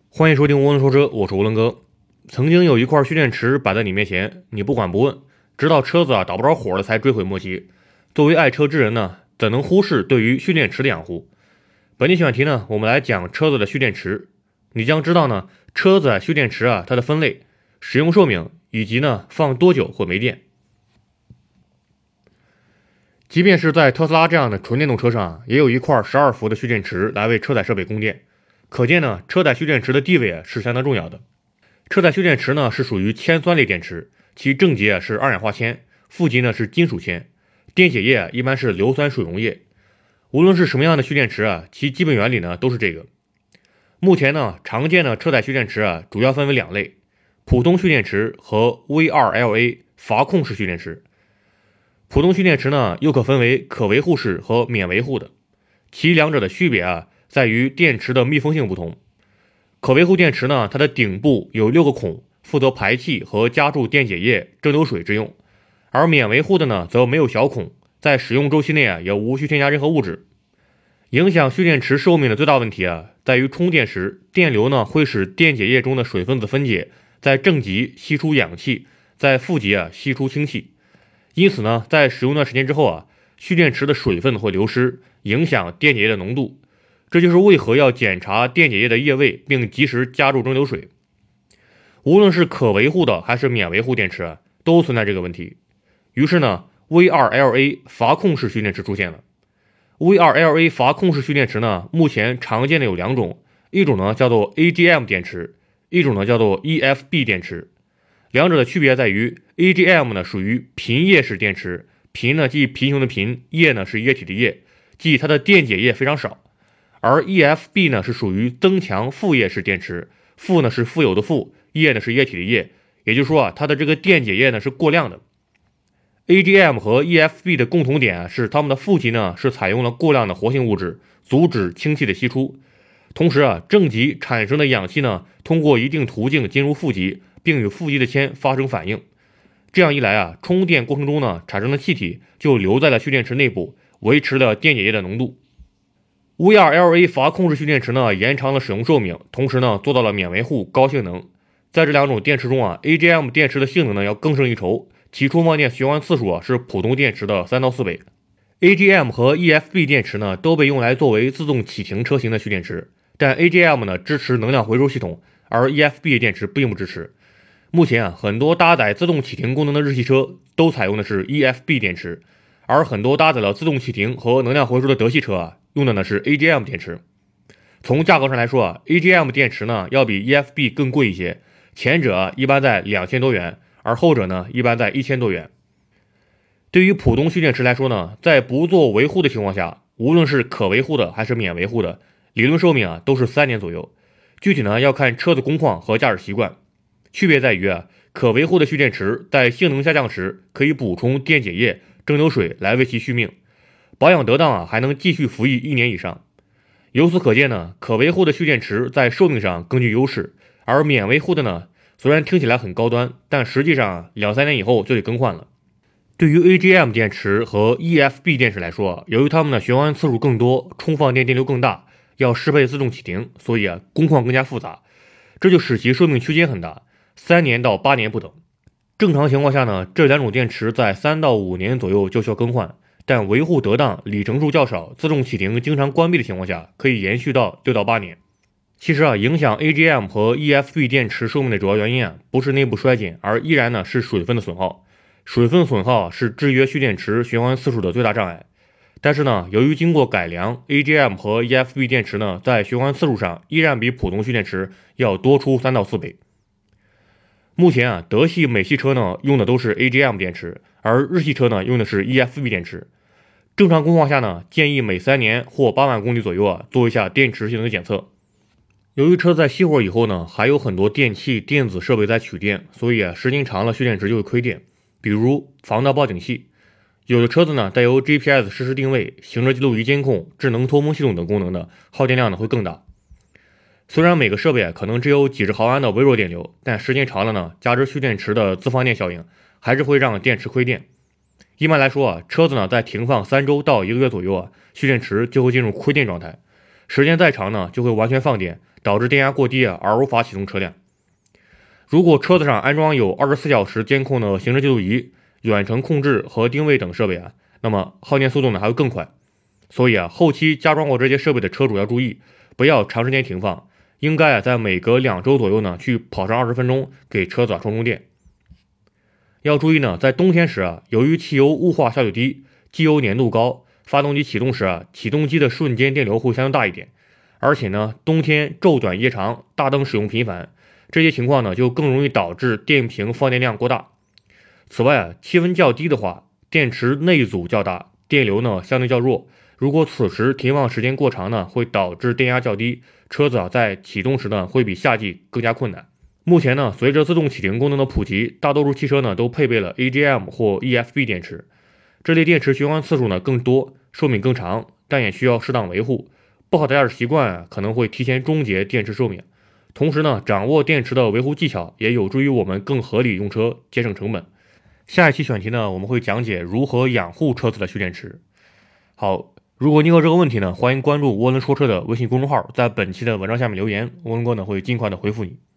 欢迎收听涡轮说车，我是涡轮哥。曾经有一块蓄电池摆在你面前，你不管不问，直到车子打不着火了才追悔莫及。作为爱车之人呢，怎能忽视对于蓄电池的养护？本期选题呢，我们来讲车子的蓄电池。你将知道呢，车子蓄电池它的分类、使用寿命以及呢放多久会没电。即便是在特斯拉这样的纯电动车上，也有一块12伏的蓄电池来为车载设备供电。可见呢，车载蓄电池的地位是相当重要的。车载蓄电池呢是属于铅酸类电池，其正极是二氧化铅，负极呢是金属铅，电解液一般是硫酸水溶液。无论是什么样的蓄电池其基本原理呢都是这个。目前呢，常见的车载蓄电池主要分为两类：普通蓄电池和 V2LA 阀控式蓄电池。普通蓄电池呢又可分为可维护式和免维护的，其两者的区别在于电池的密封性不同。可维护电池呢，它的顶部有6个孔，负责排气和加注电解液、蒸馏水之用；而免维护的呢，则没有小孔，在使用周期内也无需添加任何物质。影响蓄电池寿命的最大问题在于充电时，电流呢会使电解液中的水分子分解，在正极吸出氧气，在负极吸出氢气。因此呢，在使用一段时间之后蓄电池的水分会流失，影响电解液的浓度。这就是为何要检查电解液的液位，并及时加注蒸馏水。无论是可维护的还是免维护电池都存在这个问题。于是呢 ，V2LA 阀控式蓄电池出现了。V2LA 阀控式蓄电池呢，目前常见的有两种，一种呢叫做 AGM 电池，一种呢叫做 EFB 电池。两者的区别在于 AGM 呢属于贫液式电池，贫呢即贫穷的贫，液呢是液体的液，即它的电解液非常少。而 EFB 呢是属于增强富液式电池，富呢是富有的富，液呢是液体的液，也就是说它的这个电解液呢是过量的。AGM 和 EFB 的共同点是它们的负极呢是采用了过量的活性物质，阻止氢气的析出。同时正极产生的氧气呢通过一定途径进入负极，并与负极的铅发生反应。这样一来充电过程中呢产生的气体就留在了蓄电池内部，维持了电解液的浓度。V2LA 阀控制蓄电池呢延长了使用寿命，同时呢做到了免维护、高性能。在这两种电池中AGM 电池的性能呢要更胜一筹，其充放电循环次数是普通电池的3到4倍。AGM 和 EFB 电池呢都被用来作为自动启停车型的蓄电池，但 AGM 呢支持能量回收系统，而 EFB 电池并不支持。目前很多搭载自动启停功能的日系车都采用的是 EFB 电池，而很多搭载了自动启停和能量回收的德系车用的呢是 AGM 电池。从价格上来说AGM 电池呢要比 EFB 更贵一些，前者一般在2000多元，而后者呢一般在1000多元。对于普通蓄电池来说呢，在不做维护的情况下，无论是可维护的还是免维护的，理论寿命都是3年左右。具体呢要看车的工况和驾驶习惯。区别在于可维护的蓄电池在性能下降时可以补充电解液、蒸馏水来为其续命，保养得当还能继续服役1年以上。由此可见呢，可维护的蓄电池在寿命上更具优势，而免维护的呢，虽然听起来很高端，但实际上2-3年以后就得更换了。对于 AGM 电池和 EFB 电池来说由于它们的循环次数更多，充放电电流更大，要适配自动启停，所以工况更加复杂，这就使其寿命区间很大，3年到8年不等。正常情况下呢，这两种电池在3到5年左右就需要更换，但维护得当、里程数较少、自动启停经常关闭的情况下，可以延续到6到8年。其实影响 AGM 和 EFB 电池寿命的主要原因不是内部衰减，而依然呢是水分的损耗。水分损耗是制约蓄电池循环次数的最大障碍。但是呢，由于经过改良 ，AGM 和 EFB 电池呢在循环次数上依然比普通蓄电池要多出3到4倍。目前德系、美系车呢用的都是 AGM 电池，而日系车呢用的是 EFB 电池。正常工况下呢，建议每3年或8万公里左右做一下电池性能检测。由于车在熄火以后呢，还有很多电器、电子设备在取电，所以时间长了蓄电池就会亏电。比如防盗报警器，有的车子呢带有 GPS 实时定位、行车记录仪监控、智能脱模系统等功能的，耗电量呢会更大。虽然每个设备可能只有几十毫安的微弱电流，但时间长了呢，加之蓄电池的自放电效应，还是会让电池亏电。一般来说车子呢在停放3周到1个月左右蓄电池就会进入亏电状态。时间再长呢，就会完全放电， 导致电压过低而无法启动车辆。如果车子上安装有24小时监控的行车记录仪、远程控制和定位等设备那么耗电速度还会更快。所以后期加装过这些设备的车主要注意，不要长时间停放，应该在每隔2周左右去跑上20分钟给车子充电。要注意在冬天时由于汽油雾化效率低，机油粘度高，发动机启动时启动机的瞬间电流会相对大一点，而且冬天昼短夜长，大灯使用频繁，这些情况就更容易导致电瓶放电量过大。此外气温较低的话，电池内阻较大，电流相对较弱，如果此时停放时间过长会导致电压较低，车子在启动时会比夏季更加困难。目前随着自动启停功能的普及，大多数汽车都配备了 AGM 或 EFB 电池，这类电池循环次数更多，寿命更长，但也需要适当维护。不好的驾驶习惯可能会提前终结电池寿命。同时掌握电池的维护技巧也有助于我们更合理用车，节省成本。下一期选题我们会讲解如何养护车子的蓄电池。好，如果你有这个问题欢迎关注涡轮说车的微信公众号，在本期的文章下面留言，涡轮哥会尽快的回复你。